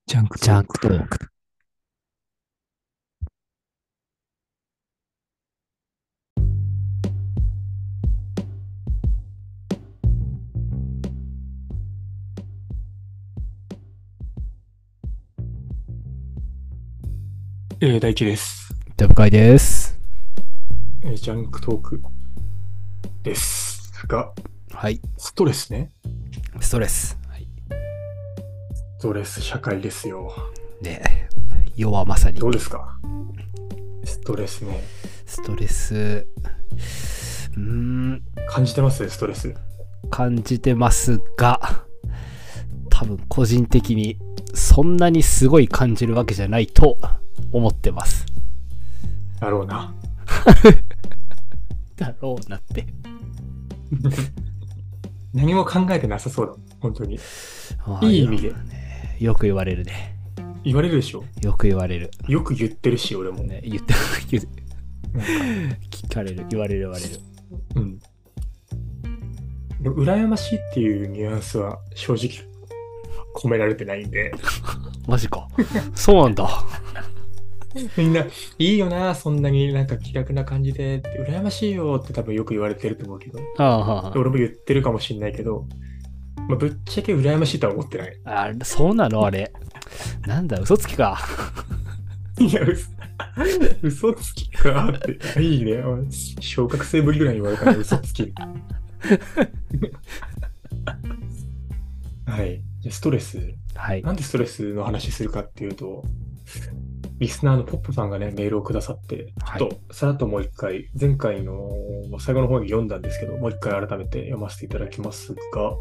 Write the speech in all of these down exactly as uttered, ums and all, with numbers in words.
ジャンクジャントーク。 クトーク。 えー、大地です。 デブ会です。 えージャンクトークですが、 はい。 ストレスね。 ストレス。はい。 ストレス社会ですよ。 で、世はまさに、 どうですか？ストレスね。 ストレス、うーん、 感じてますストレス。 感じてますが、多分個人的にそんなにすごい感じるわけじゃないと思ってます。 だろうな。 だろうなって。 何も考えてなさそうだ。本当に。 ああ、よ、 いい意味で。 よく言われるね。 言われるでしょ？ よく言われる。 よく言ってるし、俺も。 ね、言って、言うなんか、 聞かれる。言われる言われる。 うん。でも羨ましいっていうニュアンスは正直込められてないんで、 マジか。そうなんだ。 みんな、いいよな、そんなになんか気楽な感じでって、羨ましいよって多分よく言われてると思うけど、 あ俺も言ってるかもしんないけど、まあ、ぶっちゃけ羨ましいとは思ってない。 あ、あ、そうなのあれ。なんだ、嘘つきか。 いや、嘘嘘つきかって、いいね。小学生ぶりぐらいに言われたら嘘つき。はい。じゃあストレス。 はい。 なんでストレスの話するかっていうと、リスナーのポップさんがね、メールをくださって、 はい。 ちょっとさらっともう一回、前回の最後の方に読んだんですけど、もう一回改めて読ませていただきますが、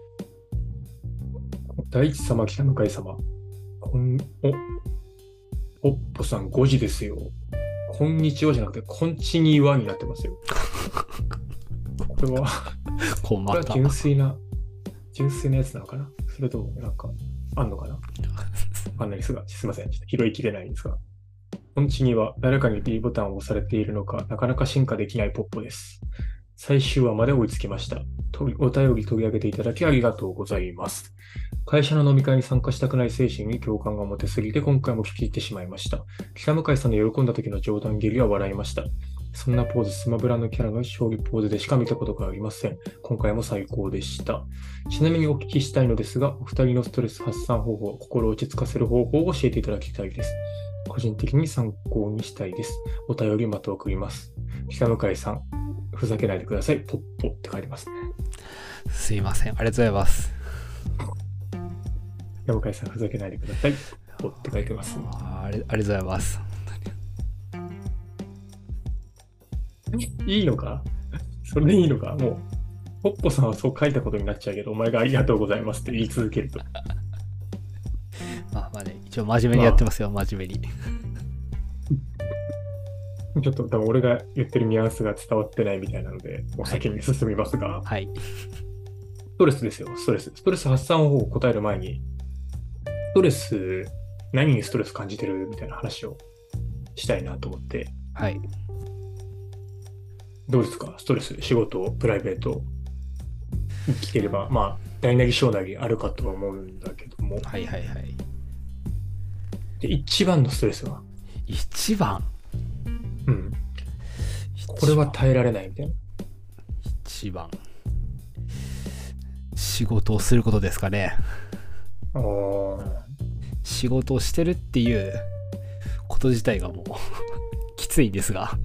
大地様、北向井様、こん、お、ポッポさんごじですよ。こんにちはじゃなくて、こんちにはになってますよ。これはこれは困った。 純粋な、純粋なやつなのかな？それとも、なんか、あんのかな？わかんないですが、すいません。ちょっと拾いきれないんですが。こんちには誰かに B ボタンを押されているのか、なかなか進化できないポッポです。最終話まで追いつきました。とお便り取り上げていただきありがとうございます。会社の飲み会に参加したくない精神に共感が持てすぎて今回も聞き入ってしまいました。北向井さんの喜んだ時の冗談蹴りは笑いました。そんなポーズ、スマブラのキャラの勝利ポーズでしか見たことがありません。今回も最高でした。ちなみにお聞きしたいのですが、お二人のストレス発散方法、心を落ち着かせる方法を教えていただきたいです。個人的に参考にしたいです。お便りまた送ります。北向井さん、ふざけないでください。ポッポって書いてますね。 すいません。ありがとうございます。 北向井さん、ふざけないでください。ポッポって書いてます。 あれ、ありがとうございます。 いいのか？それでいいのか？もう、ポッポさんはそう書いたことになっちゃうけど、お前がありがとうございますって言い続けると。 まあまあね、一応真面目にやってまますよ、真面目に。 あ、ちょっと多分俺が言ってるニュアンスが伝わってないみたいなので、おはい。 先に進みますが、 はい。 ストレスですよ、ストレス。ストレス発散方法を答える前に、ストレス、何にストレス感じてるみたいな話をしたいなと思って、 はい。 どうですかストレス、仕事、プライベート、生きてれば、まあ、大なり小なりあるかとは思うんだけども、 はいはいはい。 で、一番のストレスは、 一番。 うん、これ一番。 は耐えられないみたいな。 一番。仕事をすることですかね。 あー仕事をしてるっていうこと自体がもうきついんですが。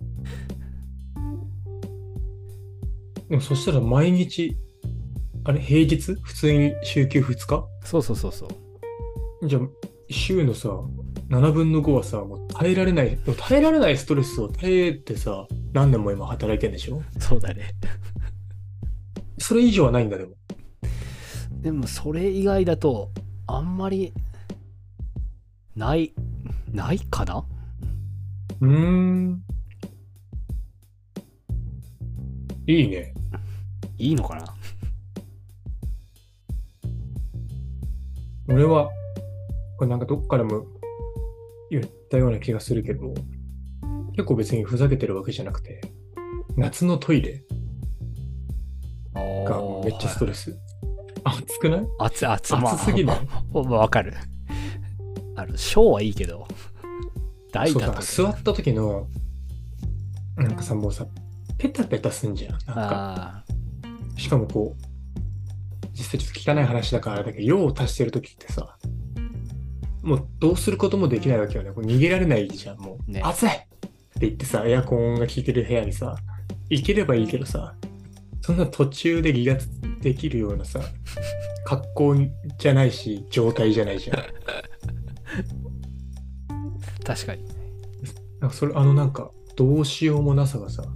でもそしたら毎日、あれ、平日普通に週休ふつか？ そうそうそうそう。 じゃあ、週のさ、ななぶんのごはさ、もう耐えられない、でも耐えられないストレスを耐えてさ、何年も今働いてんでしょ？ そうだね。 それ以上はないんだ、でも。 でもそれ以外だと、あんまりない、ないかな。 うーん、いいね。 いいのかな。 俺は、これなんかどっかでも言ったような気がするけど、結構別にふざけてるわけじゃなくて、夏のトイレああ、 がもうめっちゃはいはい。 ストレス。暑くない？ 熱い熱い。ま暑すぎない？ あ、まあ、わかる。 あの、小はいいけど、大そうだ、 だと。 座った時の、なんかさ、もうさ、ペタペタすんじゃん。なんか、 あしかもこう、実際ちょっと汚い話だからあれだけど、用を足してる時ってさ、もうどうすることもできないわけよね。こう逃げられないじゃん、もう。 ね暑いって言ってさ、エアコンが効いてる部屋にさ、行ければいいけどさ、そんな途中で離脱できるようなさ、格好じゃないし、状態じゃないじゃん。 あ、確かに。 なんかそれ、あのなんか、どうしようもなさがさ、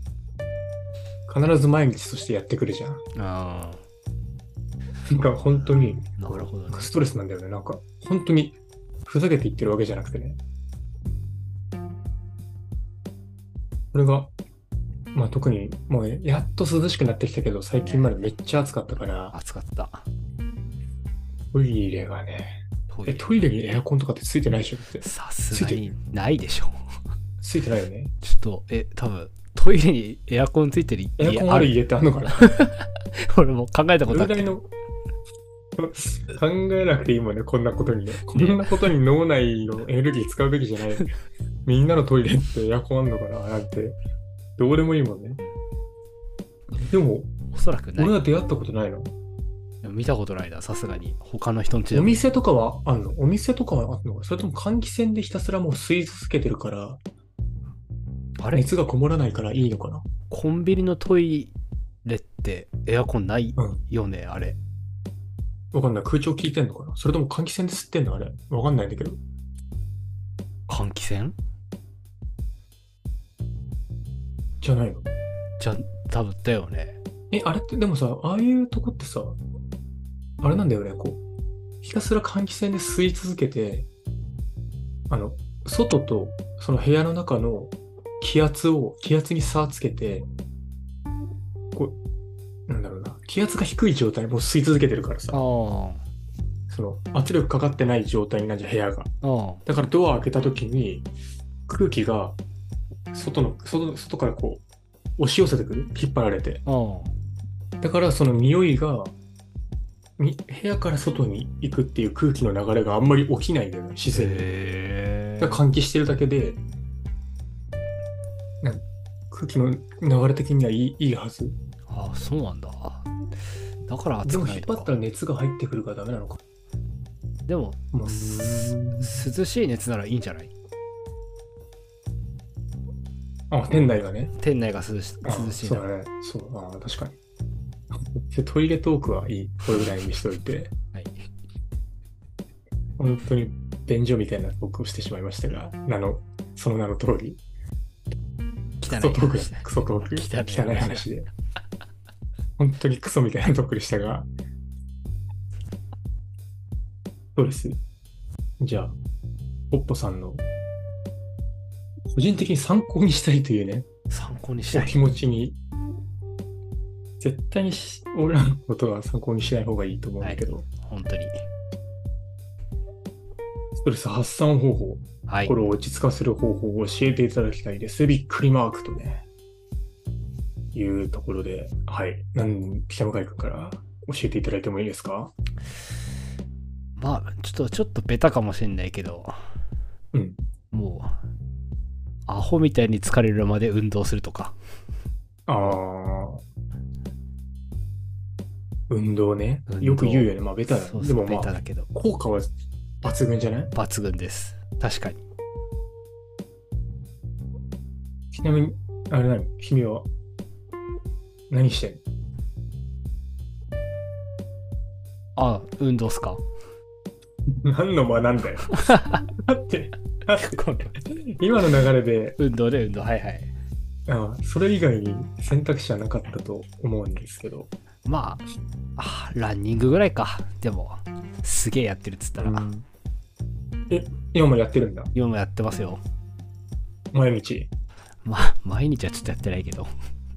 必ず毎日としてやってくるじゃん。 あなんか本当に、 あ、なるほどね。 ストレスなんだよね。なんか、本当に、ふざけて言ってるわけじゃなくてね。これが、まあ特に、もうやっと涼しくなってきたけど、最近までめっちゃ暑かったから、 暑かった。 トイレがね、え、 トイレ。 トイレにエアコンとかってついてないでしょって。 さすがにないでしょ。 ついてないよね。 ちょっと、え、多分、トイレにエアコンついてる家エアコンある家ってあんのかな？ 俺も考えたことある。 どれぐらいの、考えなくていいもんね、こんなことにね。こんなことに脳内のエネルギー使うべきじゃない。みんなのトイレってエアコンあんのかななんて、どうでもいいもんね。でも、 おそらくない俺。は出会ったことないの。 見たことないな、さすがに。他の人んちでも。 お店とかはあんの？お店とかはあんのか？それとも換気扇でひたすらもう吸い続けてるから、 あれ熱がこもらないからいいのかな？ コンビニのトイレってエアコンないうん。 よね、あれ。 わかんない。空調効いてんのかな？それとも換気扇で吸ってんのあれ。わかんないんだけど。 換気扇じゃないの？ じゃ、多分だよね。 え、あれってでもさ、ああいうとこってさ、あれなんだよね、こう、ひたすら換気扇で吸い続けて、あの、外とその部屋の中の気圧を、気圧に差をつけて、こう、なんだろうな、気圧が低い状態もう吸い続けてるからさ、 あその圧力かかってない状態になるじゃん、部屋が。 あ。ああ。 だからドア開けた時に空気が外の、外、外からこう押し寄せてくる。引っ張られて。 あだからその匂いが、み部屋から外に行くっていう空気の流れがあんまり起きないんだよね、自然に。 へだから換気してるだけで、なん空気の流れ的にはいい、いいはず。 ああ、そうなんだ。だからで暑くないのか。 も引っ張ったら熱が入ってくるからダメなのか。 でも、 うーんす涼しい熱ならいいんじゃない？ あ、店内がね。 店内が涼しあ涼しいなら。 そうだね。そう、あ確かに。でトイレトークはいい。これぐらいにしといて。 はい。 本当に便所みたいなトークをしてしまいましたが、名の、その名の通り、 汚いクソトーク話だクソトーク、 汚い汚い話で。本当にクソみたいなトークでしたが、そうです。じゃあ、ポッポさんの、個人的に参考にしたいというね、 参考にしたい。 お気持ちに、絶対にし俺らのことは参考にしない方がいいと思うんだけど、 本当に。 ストレス発散方法、 はい。 心を落ち着かせる方法を教えていただきたいです。びっくりマークとね、いうところで、はい。なん北向井君から教えていただいてもいいですか？ まあ、ちょっと、ちょっとベタかもしれないけど、 うん。 もう、アホみたいに疲れるまで運動するとか。 ああ。運動ね。 運動よく言うよね。まあ、ベタだ。 そうそう、 でもまあ、 ベタだけど、 効果は抜群じゃない？ 抜群です。確かに。 ちなみに、あれ何君は、何してんの？ あ、運動っすか？ 何の間なんだよ。だって、だって今の流れで、 運動で運動、はいはい。 ああそれ以外に選択肢はなかったと思うんですけど。 まあ、あランニングぐらいか。でも、すげえやってるっつったら、 うんえ、今もやってるんだ。 今もやってますよ。 毎日、 まあ、毎日はちょっとやってないけど。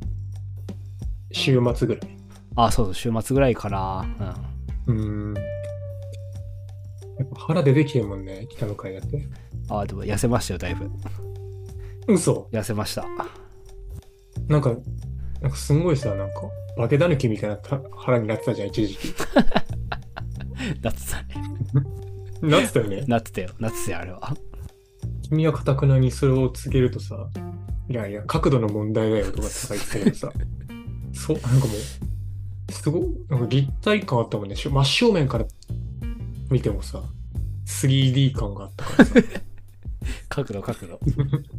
週末ぐらい。 あ、そうそう、週末ぐらいかな。うん。 うーん。やっぱ腹出てきてるもんね、北の海だって。 あ、でも痩せましたよ、だいぶ。 嘘。 痩せました。 なんか、なんかすんごいさ、なんか、化け狸みたいなた腹になってたじゃん、一時期。 だってさね。 なってたよね。 なってたよ。なってたよ、あれは。 君は堅くなにそれを告げるとさ、いやいや、角度の問題だよとかって言ってたけどさ、そう、なんかもう、すごい、なんか立体感あったもんね。しょ真正面から見てもさ、スリーディー 感があったからさ、 角度角度。 なんか、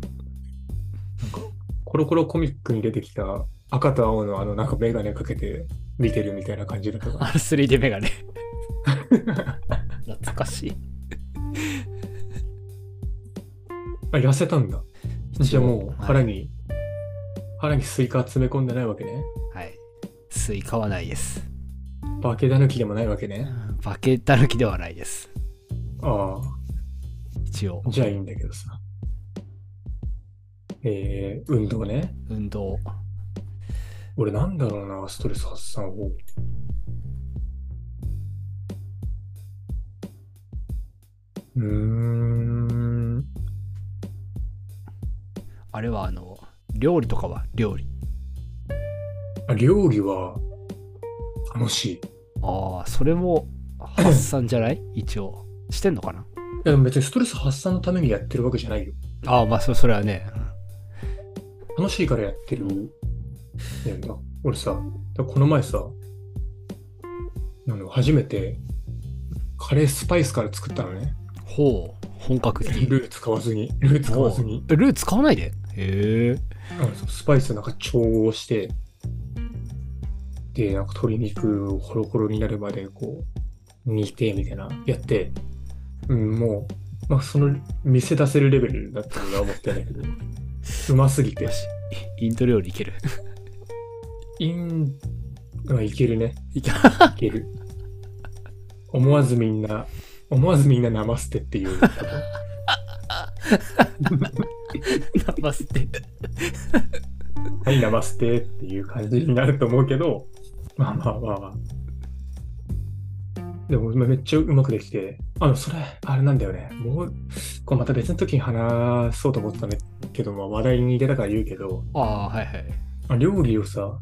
コロコロコミックに出てきた赤と青のあのなんかメガネかけて見てるみたいな感じだったから。 あの スリーディー メガネ。懐かしい。 あ、痩せたんだ。じゃあもう腹に、 はい、 腹にスイカ詰め込んでないわけね。 はい。スイカはないです。 化けだぬきでもないわけね。 化けたぬきではないです。 ああ。 一応。 じゃあいいんだけどさ。えー、運動ね。 運動。 俺なんだろうな、ストレス発散法。うーん。 あれはあの、料理とかは料理。 あ、料理は楽しい。 ああ、それも発散じゃない一応。してんのかな。 いやでも別にストレス発散のためにやってるわけじゃないよ。 ああ、まあそ、それはね。 楽しいからやってるんだ。俺さ、この前さ、あの初めてカレースパイスから作ったのね。 ほう、本格的。 ルー使わずに、ルー使わずに。 ルー使わないで。へえ。 スパイスなんか調合して、で、なんか鶏肉をホロホロになるまでこう煮てみたいなやって、うん、もう、まあその店出せるレベルだったとは思ってないけど、うますぎて。 インド料理いける。 イン、あ、いけるね。 いけいける。思わずみんな、思わずみんなナマステっていう。 ナマステ。 はい、ナマステっていう感じになると思うけど、まあまあまあまあ。でもめっちゃうまくできて、あの、それ、あれなんだよね。もう、こうまた別の時に話そうと思ってたんだけど、まあ話題に出たから言うけど、 ああ、はいはい。 あ、料理をさ、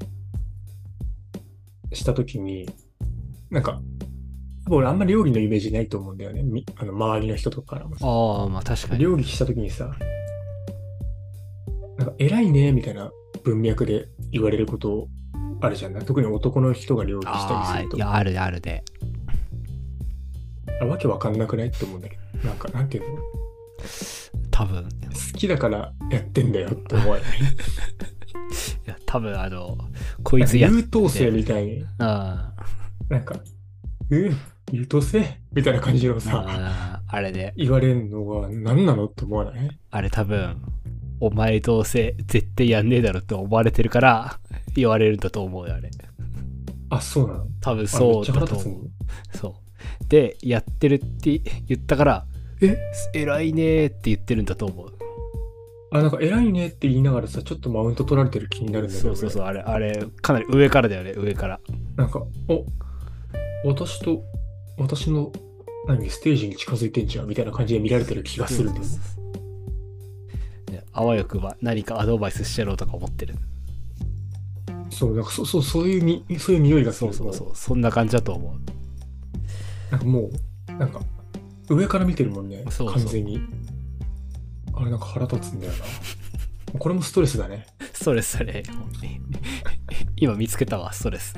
した時に、なんか、多分俺あんまり料理のイメージないと思うんだよね。みあの周りの人とかからもさ。 ああ、まあ確かに。 料理した時にさ、なんか偉いねみたいな文脈で言われることあるじゃん。特に男の人が料理したりすると。 ああ、いや、あるであるで。 あ、わけわかんなくないって思うんだけど。なんか、なんていうの、 多分。 好きだからやってんだよって思わない。いや、多分あの、こいつやって。 優等生みたいに。 あなんか、うん、優等生みたいな感じのさ、 あ、あれで。 言われるのが何なのって思わない？ あれ多分、お前どうせ絶対やんねえだろって思われてるから言われるんだと思うよ、あれ。 あ、そうなの？ 多分そうだと思う。そう。で、やってるって言ったから、え、偉いねーって言ってるんだと思う。 あ、なんか偉いねって言いながらさ、ちょっとマウント取られてる気になるんだけど。 そうそうそう、あれ、あれ、かなり上からだよね、上から。 なんか、お、私と、私の、何、ステージに近づいてんじゃんみたいな感じで見られてる気がするんです。 ね、あわよくば何かアドバイスしてやろうとか思ってる。 そう、なんかそ、そう、そういうに、そういう匂いがする。 そうそうそう、そんな感じだと思う。 なんかもう、なんか、上から見てるもんね、 そうそう完全に。あれなんか腹立つんだよな。これもストレスだね。 ストレスだね。今見つけたわ、ストレス。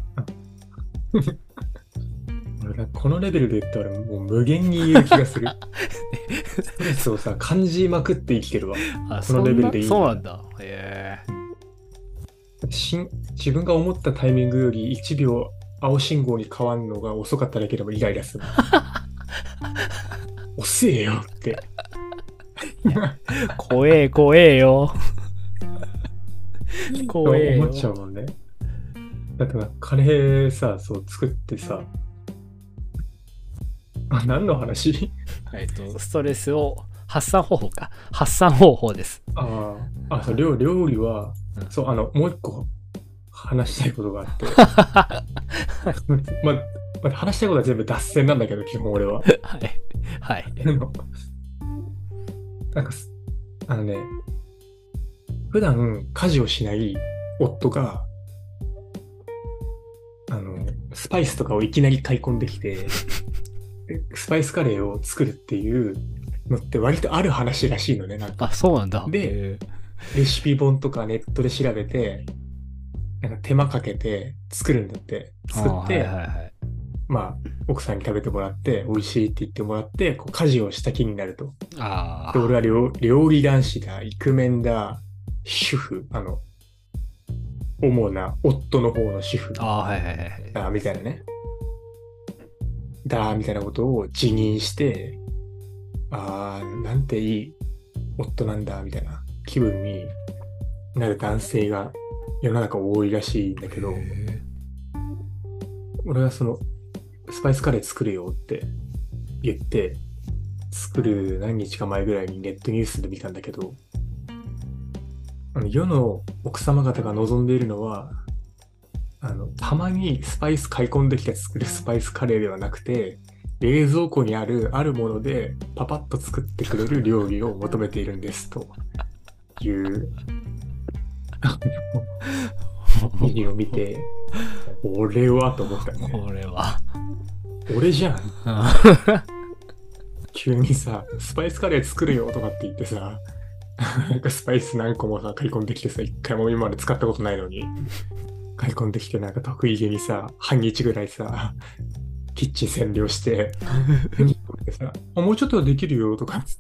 俺このレベルで言ったらもう無限に言う気がする。ストレスをさ、感じまくって生きてるわ。 あ、 このレベルでいい。 そうなんだ。へえ。 しん自分が思ったタイミングよりいちびょう青信号に変わるのが遅かっただけでもイライラする。遅えよって。 怖え怖えよ。怖えよ。 思っちゃうもんね。だってカレーさ、そう作ってさ、あ、何の話？ えっと、ストレスを発散方法か。発散方法です。 ああ、そう、料料理は、うん、そう、あの、もう一個話したいことがあって。まま話したいことは全部脱線なんだけど、基本俺は。 はい。はい。 なんか、あのね、普段家事をしない夫が、あの、スパイスとかをいきなり買い込んできて、 スパイスカレーを作るっていうのって割とある話らしいのね、なんか。 あ、そうなんだ。 で、レシピ本とかネットで調べて、なんか手間かけて作るんだって。作って、 はいはいはい、 まあ、奥さんに食べてもらって、美味しいって言ってもらって、こう家事をした気になると。 あで、俺は料料理男子だ、イクメンだ、主婦、あの、主な夫の方の主婦あ、はいはいはい。 だ、みたいなね。だ、みたいなことを自認して、あー、なんていい夫なんだ、みたいな気分になる男性が世の中多いらしいんだけど、俺はその、スパイスカレー作るよって言って、作る何日か前ぐらいにネットニュースで見たんだけど、あの世の奥様方が望んでいるのは、あの、たまにスパイス買い込んできて作るスパイスカレーではなくて、冷蔵庫にあるあるものでパパッと作ってくれる料理を求めているんですという記事を見て、俺はと思ったね。 俺は。 俺じゃん。急にさ、スパイスカレー作るよとかって言ってさ、なんかスパイス何個もさ、買い込んできてさ、一回も今まで使ったことないのに、買い込んできてなんか得意げにさ、半日ぐらいさ、キッチン占領して、でさ、あ、もうちょっとできるよとかっつって、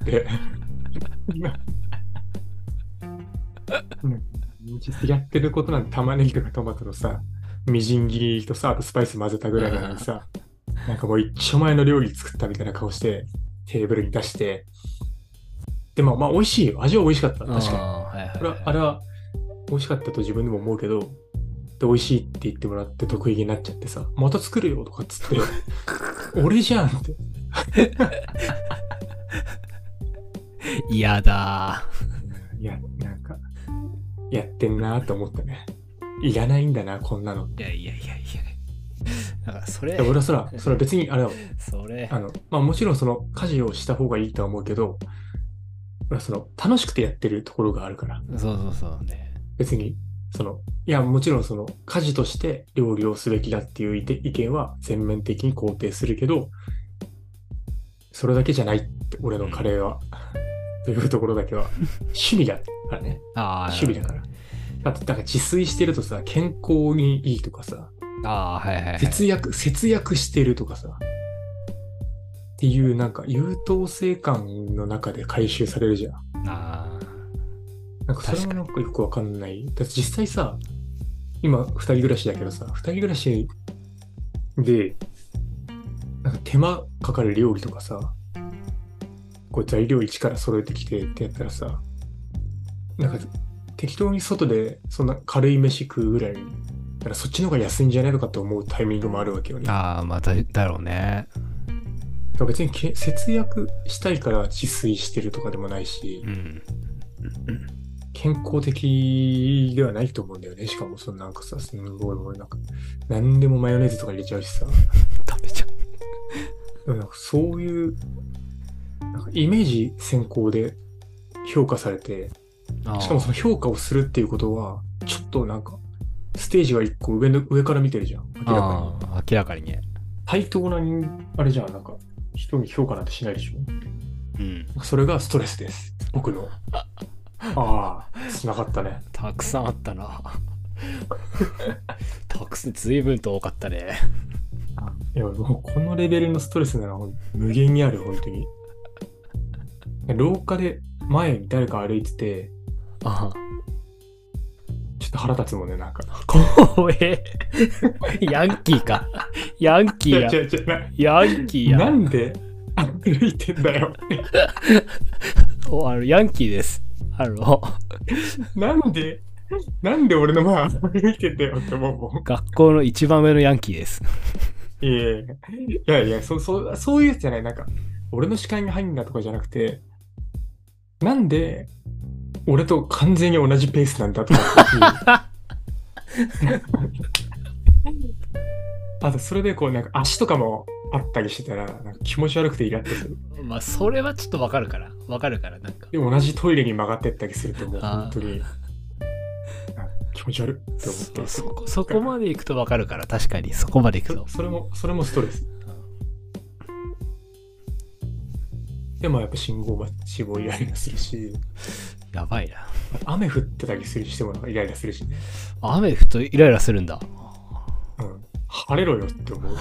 実際やってることなんて玉ねぎとかトマトのさ、みじん切りとさ、あとスパイス混ぜたぐらいなのにさ、なんかもう一丁前の料理作ったみたいな顔してテーブルに出して、でもまあ美味しいよ。味は美味しかった。確かに。はいはいはい、これはあれは美味しかったと自分でも思うけど、で美味しいって言ってもらって得意になっちゃってさ、また作るよとかっつって、俺じゃんって。 嫌だー。いや、なんか、やってんなーと思ったね。いらないんだな、こんなの。 いやいやいやいや。だからそれ。 俺はそら、それは別にあれだもん。 それ。 あの、まあもちろんその家事をした方がいいとは思うけど、俺はその楽しくてやってるところがあるから。 そうそうそうね。 別に、その、いや、もちろんその家事として料理をすべきだっていう意見は全面的に肯定するけど、それだけじゃないって、俺のカレーは。というところだけは、趣味だからね。 あ趣味だから。あと、だから自炊してるとさ、健康にいいとかさ、 あはいはいはい、 節約、節約してるとかさ、っていうなんか優等生感の中で回収されるじゃん。 あなんかそれもなんかよくわかんない。だって実際さ、今二人暮らしだけどさ、二人暮らしで、なんか手間かかる料理とかさ、こう材料一から揃えてきてってやったらさ、なんか適当に外でそんな軽い飯食うぐらい、だからそっちの方が安いんじゃないとかって思うタイミングもあるわけよね。 ああ、まあだ、だろうね。 別に節約したいから自炊してるとかでもないし、 うん、 健康的ではないと思うんだよね。しかもそのなんかさ、すごいもうなんか何でもマヨネーズとか入れちゃうしさ。 食べちゃう。なんかそういうなんかイメージ先行で評価されて、しかもその評価をするっていうことはちょっとなんかステージが一個上の上から見てるじゃん。明らかに。明らかにね。 対等なあれじゃん、なんか人に評価なんてしないでしょ。 うん。 それがストレスです。僕の。ああ、繋がったね。 たくさんあったな。たくさん、随分と多かったね。 いや、もうこのレベルのストレスなら無限にある、本当に。廊下で前に誰か歩いてて、 ああちょっと腹立つもんね、なんか。 怖え。ヤンキーか。ヤンキーや。 違う違う違うヤンキーや。 なんで歩いてんだよ。 お、あの、ヤンキーです。あの、 なんで、なんで俺の前歩いてんだよって思う。 学校の一番上のヤンキーです。 いやいやいやいや、そ、そ、そういうやつじゃない。なんか、俺の視界に入んなとかじゃなくて、なんで、俺と完全に同じペースなんだとかあとそれでこうなんか足とかもあったりしてたらなんか気持ち悪くてイラッとする。 まあそれはちょっとわかるからわかるからなんかでも同じトイレに曲がってったりするともう本当に気持ち悪いって思ってそ, そ, こそこまで行くとわかるから確かにそこまで行くとそ, それもそれもストレス。 でもやっぱ信号待ちもイライラするし、 やばいな。 雨降ってたりするしてもイライラするしね。 雨降るとイライラするんだ。 うん。晴れろよって思う。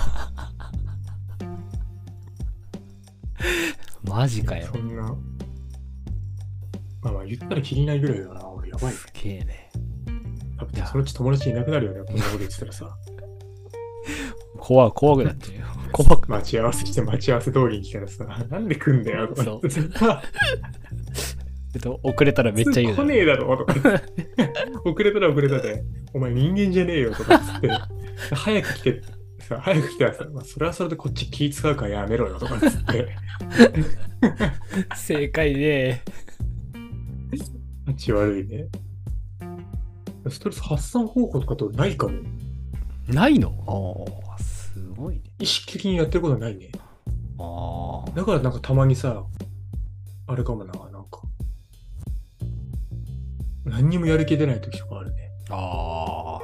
マジかよ。 そんな。まあまあ言ったら気にないぐらいだな。俺やばい。 すげえね。 多分そのうち友達いなくなるよね。こんなこと言ってたらさ。 怖怖くなっちゃうよ。怖く。 待ち合わせして待ち合わせ通りに来たらさ、なんで来んだよとか言ってさ。 えっと、遅れたらめっちゃ言う。 来ねえだろとか言って。遅れたら遅れたで、お前人間じゃねえよとか言って。早く来て、さ、早く来たらさ、まあ、それはそれでこっち気使うからやめろよとか言って。 正解ね。 気悪いね。ストレス発散方法とかとないかも。 ないの？ああ、すごいね。 意識的にやってることはないね。 ああ。 だからなんかたまにさ、あれかもな、なんか。何にもやる気出ない時とかあるね。 ああ。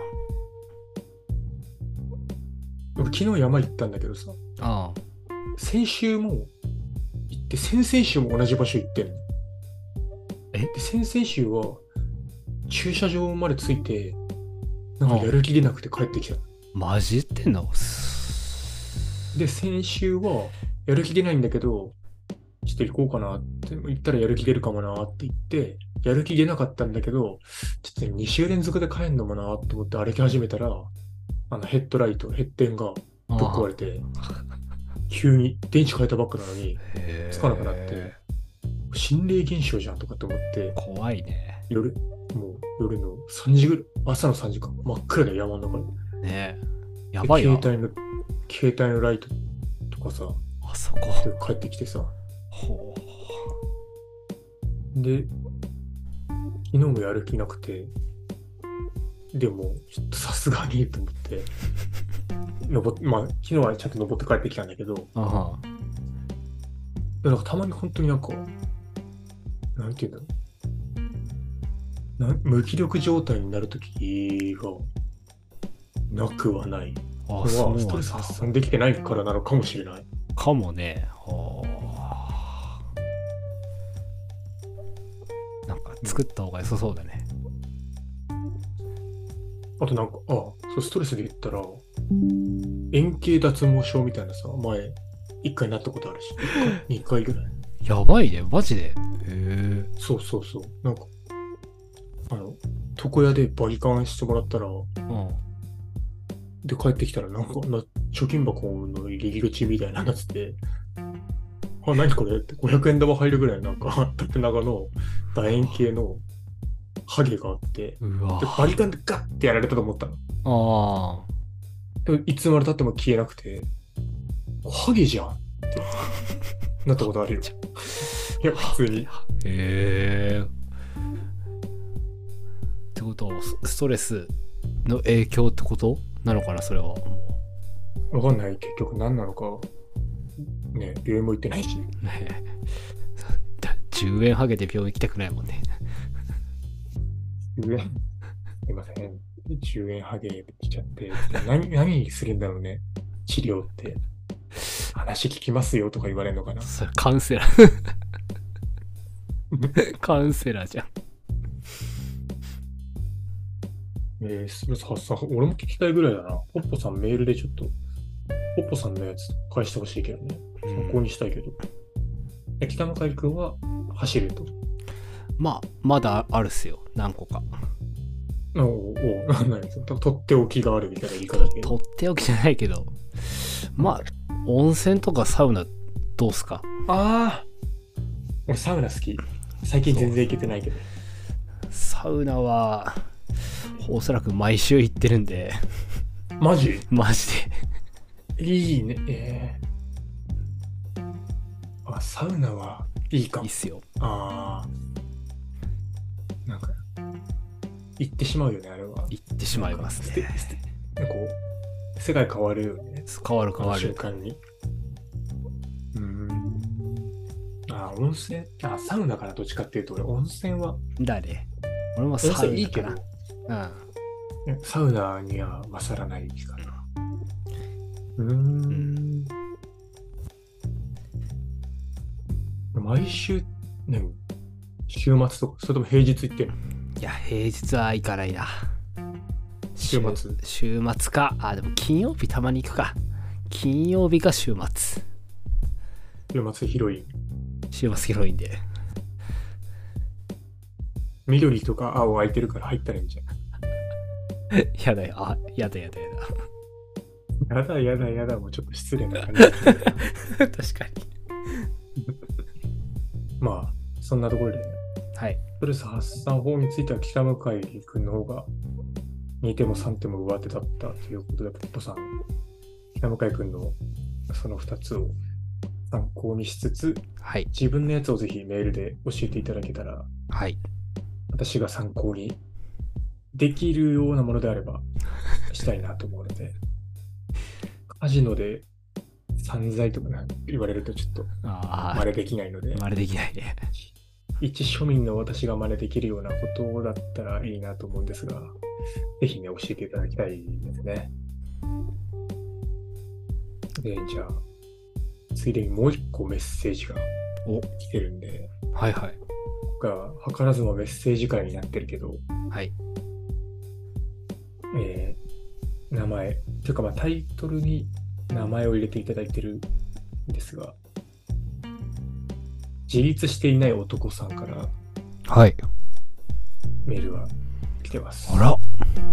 俺昨日山行ったんだけどさ、 ああ。 先週も行って、先々週も同じ場所行ってんの。 え？ で、先々週は駐車場まで着いて、なんかやる気出なくて帰ってきた。 マジってんの？ で、先週はやる気出ないんだけど、ちょっと行こうかなって言ったらやる気出るかもなって言って、やる気出なかったんだけど、ちょっとに週連続で帰んのもなと思って歩き始めたら、あのヘッドライト、ヘッデンがぶっ壊れて、急に電池変えたばっかなのに、つかなくなって、心霊現象じゃんとかって思って、 怖いね。 夜、もう夜のさんじぐらい、朝のさんじかん、真っ暗で山の中で。 ねえ。やばいよ。 携帯の、携帯のライトとかさ、 あそこ。 で帰ってきてさ、 ほで、昨日もやる気なくて、でも、ちょっとさすがにと思って、登っまあ、昨日はちゃんと登って帰ってきたんだけど、 あはでなんかたまに本当になんか、なんていうんだろう。な無気力状態になるときがなくはない。 あ。 これそうなんだ。 はストレス発散できてないからなのかもしれない。 かもね。はあ。なんか作った方が良さそうだね。 あとなんか、あそうストレスで言ったら、円形脱毛症みたいなさ、前、一回なったことあるし、一回、二回ぐらい。 やばいね、マジで。へえ。 そうそうそう。なんか、あの、床屋でバリカンしてもらったら、 うん。 で、帰ってきたら、なんか、な貯金箱の入り口みたいなやつで、あ、何これってごひゃくえん玉入るぐらいなんか、縦長の楕円形のハゲがあって、 うわ。 でバリカンでガッてやられたと思ったの。 ああ。 でもいつまで経っても消えなくて、ハゲじゃんってなったことあるよ。いや、普通に。 へえ。ってことは、ストレスの影響ってことなのかな、それは。 わかんない、結局何なのか。ね、病院も行ってないし。 ねえ。じゅうえんハゲで病院行きたくないもんね。 じゅうえん、すいません。じゅうえんハゲ来ちゃって、何、何するんだろうね。治療って。話聞きますよとか言われるのかな。 それカウンセラー。カウンセラーじゃん。 えー、ストレス発散、俺も聞きたいぐらいだな。ポッポさんメールでちょっと、ポッポさんのやつ返してほしいけどね。参考にしたいけど。うん、北向井くんは走ると。 まあ、まだあるっすよ。何個か。 おお、おなんなんですか。とっておきがあるみたいな言い方だけど。 とっておきじゃないけど。まあ、温泉とかサウナどうすか？ ああ。俺サウナ好き。最近全然行けてないけど。 サウナは、おそらく毎週行ってるんで。 マジ？ マジで。いいね。えー、あ、サウナはいいかも。 いいっすよ。 ああ。なんか、行ってしまうよね、あれは。 行ってしまいますね。 なんかこう、世界変わるよね。 変わる変わる。 瞬間に。うーん。あ、温泉あ、サウナからどっちかっていうと、俺、温泉は。 だね。俺もサウナかな。 温泉いいけど。うん。サウナには勝らないかな。うーん。う毎週、ね、週末とか、それとも平日行ってるの？ いや、平日は行かないな。 週末週末か。あ、でも金曜日たまに行くか。金曜日か週末。 週末広い。 週末広いんで。 緑とか青空いてるから入ったらいいんじゃん。 やだよ。あ、やだやだやだ。 やだやだやだもうちょっと失礼な感じ。 確かに。 まあ、そんなところで、 はい。 ストレス発散法については北向井君の方がにてもさんても上手だったということで、ポッポさん、北向井君のそのふたつを参考にしつつ、 はい。 自分のやつをぜひメールで教えていただけたら、 はい。 私が参考にできるようなものであればしたいなと思うので、カジノで散財とか言われるとちょっと真似できないので、 真似できないね。 一庶民の私が真似できるようなことだったらいいなと思うんですが、ぜひね、教えていただきたいですね。で、じゃあ、ついでにもう一個メッセージが来てるんで、 はいはい。 僕は図らずもメッセージ会になってるけど、 はい。 えー、名前、というかまあタイトルに名前を入れていただいてるんですが、自立していない男さんからはいメールが来てます。 あら、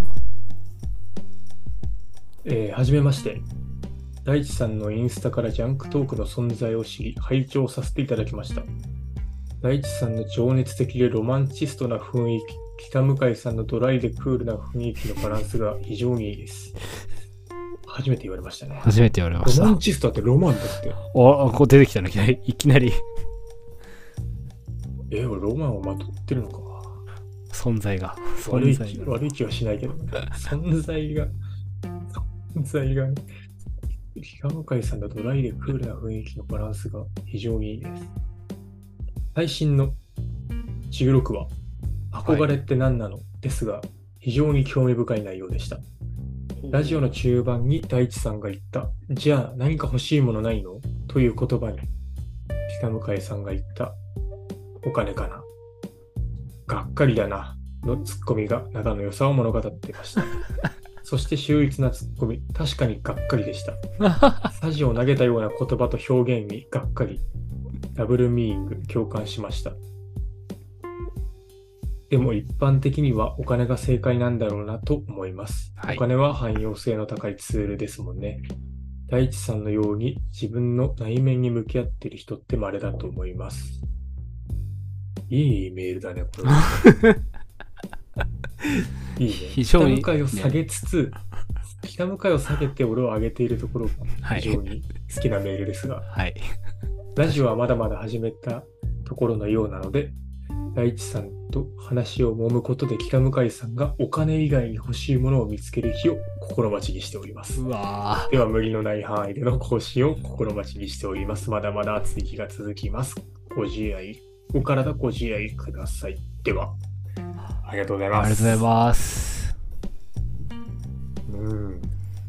えー、はじめまして。大地さんのインスタからジャンクトークの存在を知り、拝聴させていただきました。大地さんの情熱的でロマンチストな雰囲気、北向井さんのドライでクールな雰囲気のバランスが非常にいいです。初めて言われましたね。 初めて言われました。 ロマンチストってロマンだって。 あ、こう出てきたのいきなり。いきなりえ、俺ロマンをまとってるのか。 存在が。 悪い気、悪い気はしないけど、ね、存在が、存在がね。北向井さんのドライでクールな雰囲気のバランスが非常にいいです。最新のじゅうろくわ、憧れって何なの、はい、ですが、非常に興味深い内容でした。ラジオの中盤に大地さんが言った、じゃあ何か欲しいものないのという言葉に、北向井さんが言った、お金かな。がっかりだな、のツッコミが仲の良さを物語っていました。そして秀逸なツッコミ、確かにがっかりでした。サジを投げたような言葉と表現にがっかり。ダブルミーイング、共感しました。でも一般的にはお金が正解なんだろうなと思います。はい、お金は汎用性の高いツールですもんね。大地さんのように自分の内面に向き合っている人って稀だと思います。いいメールだね、これ。いいね。非常に北向井を下げつつ、ね、北向井を下げて俺を上げているところが非常に好きなメールですが、 はい、 ラジオはまだまだ始めたところのようなので、大地さんと話を揉むことで北向井さんがお金以外に欲しいものを見つける日を心待ちにしております。 うわでは無理のない範囲での更新を心待ちにしております。まだまだ暑い日が続きます。ご自愛、お体ご自愛ください。では。ありがとうございます。 ありがとうございます。 うん。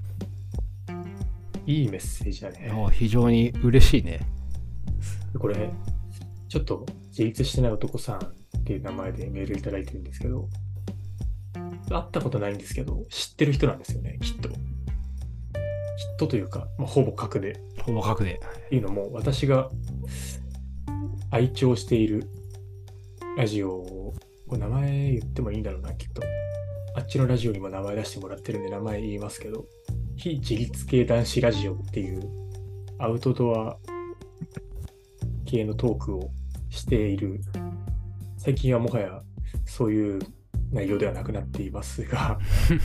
いいメッセージだね。 非常に嬉しいね。 これ、ちょっと自立してない男さんっていう名前でメールいただいてるんですけど、会ったことないんですけど、知ってる人なんですよね、きっと。きっとというか、まあ、ほぼ確で。 ほぼ確で。 っていうのも、私が愛聴しているラジオを、これ名前言ってもいいんだろうな、きっと。あっちのラジオにも名前出してもらってるんで名前言いますけど、非自立系男子ラジオっていうアウトドア系のトークをしている、最近はもはやそういう内容ではなくなっていますが、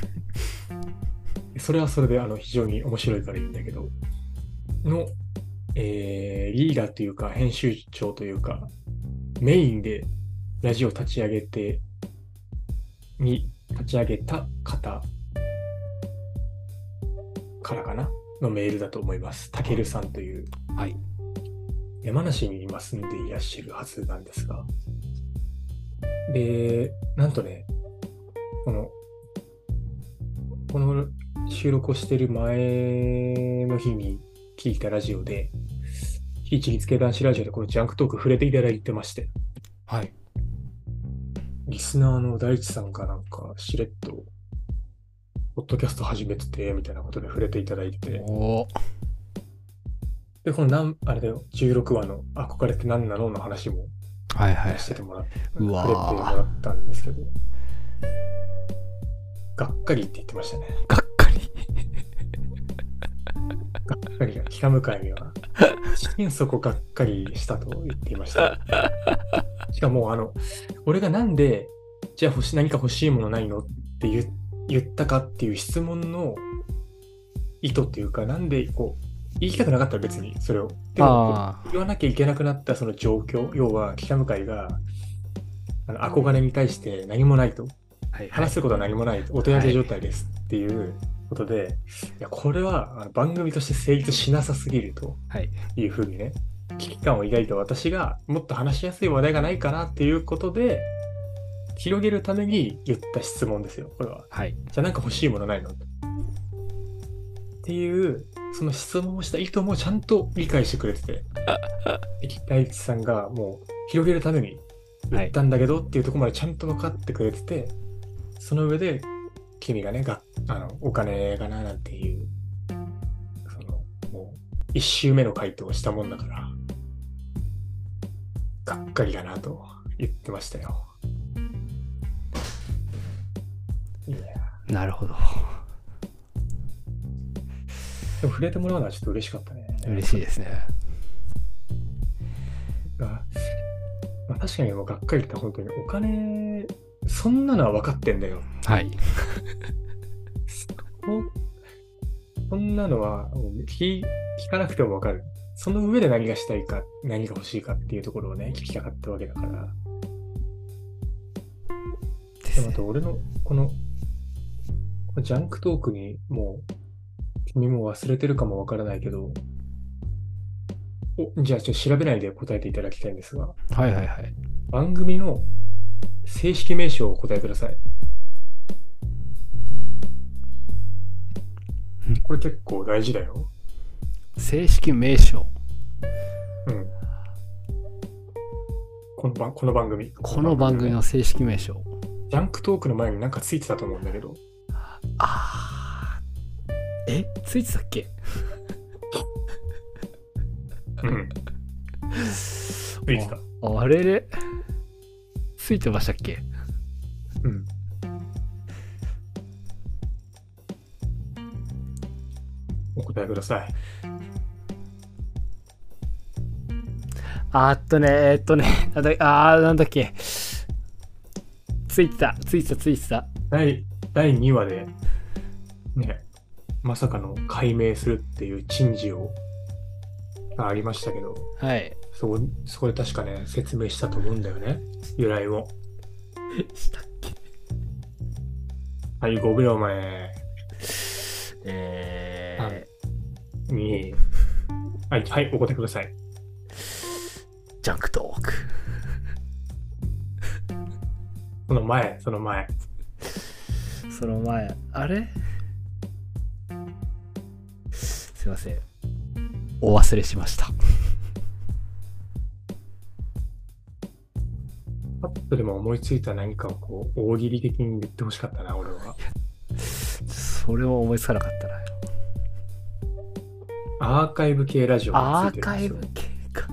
それはそれであの非常に面白いからいいんだけど、の、えー、リーダーというか編集長というか、メインでラジオ立ち上げて、に立ち上げた方からかなのメールだと思います。たけるさんという、 はい、 山梨に今住んでいらっしゃるはずなんですが、で、なんとね、この、この収録をしている前の日に聞いたラジオで、非非自立系男子ラジオでこのジャンクトーク触れていただいてまして、 はい。 リスナーの大地さんがなんかしれっと、ポッドキャスト始めてて、みたいなことで触れていただいてて、 おー。 で、このなん、あれだよ、じゅうろくわの憧れって何なのの話もはいはい、はい。 しててもらっうわ触れてもらったんですけど、がっかりって言ってましたね。 がっかり。 がっかりが、北向かいには、心底がっかりしたと言っていました。しかも、あの、俺がなんで、じゃあ欲し何か欲しいものないのって言言ったかっていう質問の意図っていうか、なんでこう、言いたくなかったら別にそれを。でも、言わなきゃいけなくなったその状況、要は北向井があの憧れに対して何もないと、 はいはい、 話すことは何もない、お手上げ状態ですっていうことで、はい、いやこれはあの番組として成立しなさすぎるというふうにね、危機感を抱いた私がもっと話しやすい話題がないかなっていうことで、広げるために言った質問ですよ、これは。 はい、 じゃあなんか欲しいものないのっていう、その質問をした意図もちゃんと理解してくれてて、大地さんがもう広げるために言ったんだけどっていうところまでちゃんと分かってくれてて、はい、その上で君がね、があのお金がななんていう、そのもう一周目の回答をしたもんだから、がっかりだなと言ってましたよ。いや、 なるほど。 でも触れてもらうのはちょっと嬉しかったね。 嬉しいですね。 がまあ、確かにもうがっかりって本当にお金、そんなのは分かってんだよ。 はい。 そんなのは聞, 聞かなくても分かる。その上で何がしたいか、何が欲しいかっていうところをね、聞きたかったわけだから。でもあと俺のこのジャンクトークにもう君も忘れてるかもわからないけど、おじゃあちょっと調べないで答えていただきたいんですが、 はいはいはい。 番組の正式名称をお答えください。これ結構大事だよ。 正式名称。 うん。この番、この番組。 この番組の正式名称。 ジャンクトークの前になんかついてたと思うんだけど。 あー。えついてたっけうん。ついてた。 あ, あれれついてましたっけ。 うん。お答えください。 あーっとねえー、っとねなんだあーなんだっけついてたついてたついてた第だいにわでね、まさかの解明するっていう珍事をがありましたけど、 はい、 そそこで確かね説明したと思うんだよね、由来を。 したっけ。 はい、ごびょうまえ。 えー、にはい、はい、お答えください。 ジャンクトーク。 その前、その前。 その前、あれすいません。お忘れしました。 パッとでも思いついた何かをこう大喜利的に言ってほしかったな、俺は。 それも思いつかなかったな。アーカイブ系ラジオがついてるんですよ。アーカイブ系か。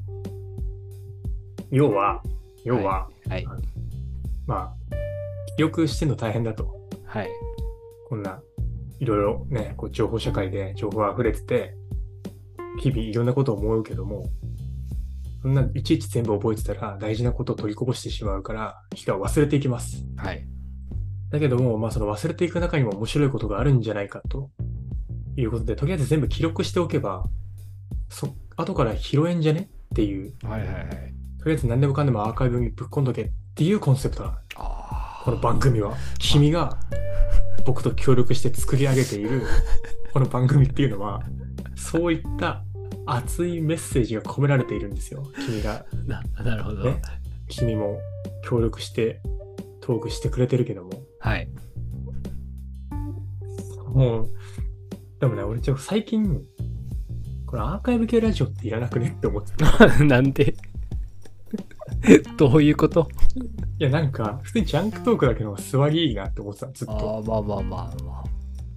要は、要は、 はいはい、 まあ、記憶してんの大変だと。 はい。 こんないろいろね、こう情報社会で情報が溢れてて、日々いろんなことを思うけども、そんないちいち全部覚えてたら大事なことを取りこぼしてしまうから、人は忘れていきます。 はい。 だけども、まあその忘れていく中にも面白いことがあるんじゃないかということで、とりあえず全部記録しておけば、そ後から拾えんじゃねっていう、 はいはいはい。 とりあえず何でもかんでもアーカイブにぶっ込んどけっていうコンセプトなの。 あこの番組は。君が僕と協力して作り上げているこの番組っていうのは、そういった熱いメッセージが込められているんですよ。君が。 な, なるほど、 ね。君も協力してトークしてくれてるけども。 はい。 もう、でもね、俺ちょっと最近、 これアーカイブ系ラジオっていらなくねって思ってた。 なんでどういうこと？ いや、なんか、普通にジャンクトークだけの座りいいなって思ってた、ずっあと。 あ、まあまあまあまあ。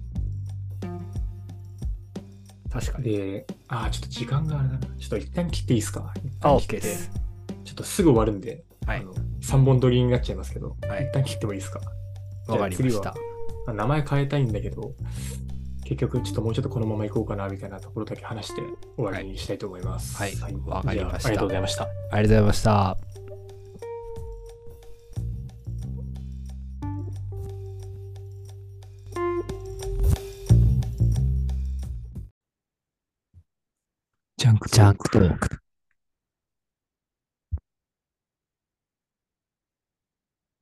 確かに。 で、ああ、ちょっと時間があれだな。ちょっと一旦切っていいですか？一あ、 旦切っ OK て、 です。 ちょっとすぐ終わるんで、 はいあのさんぼん撮りになっちゃいますけど、 はい一旦切ってもいいですか？ わかりました。 まあ名前変えたいんだけど、結局ちょっともうちょっとこのまま行こうかなみたいなところだけ話して終わりにしたいと思います。 はいわかりました。 じゃあ、ありがとうございました。 ありがとうございました。 ジャンクジャンクトーク。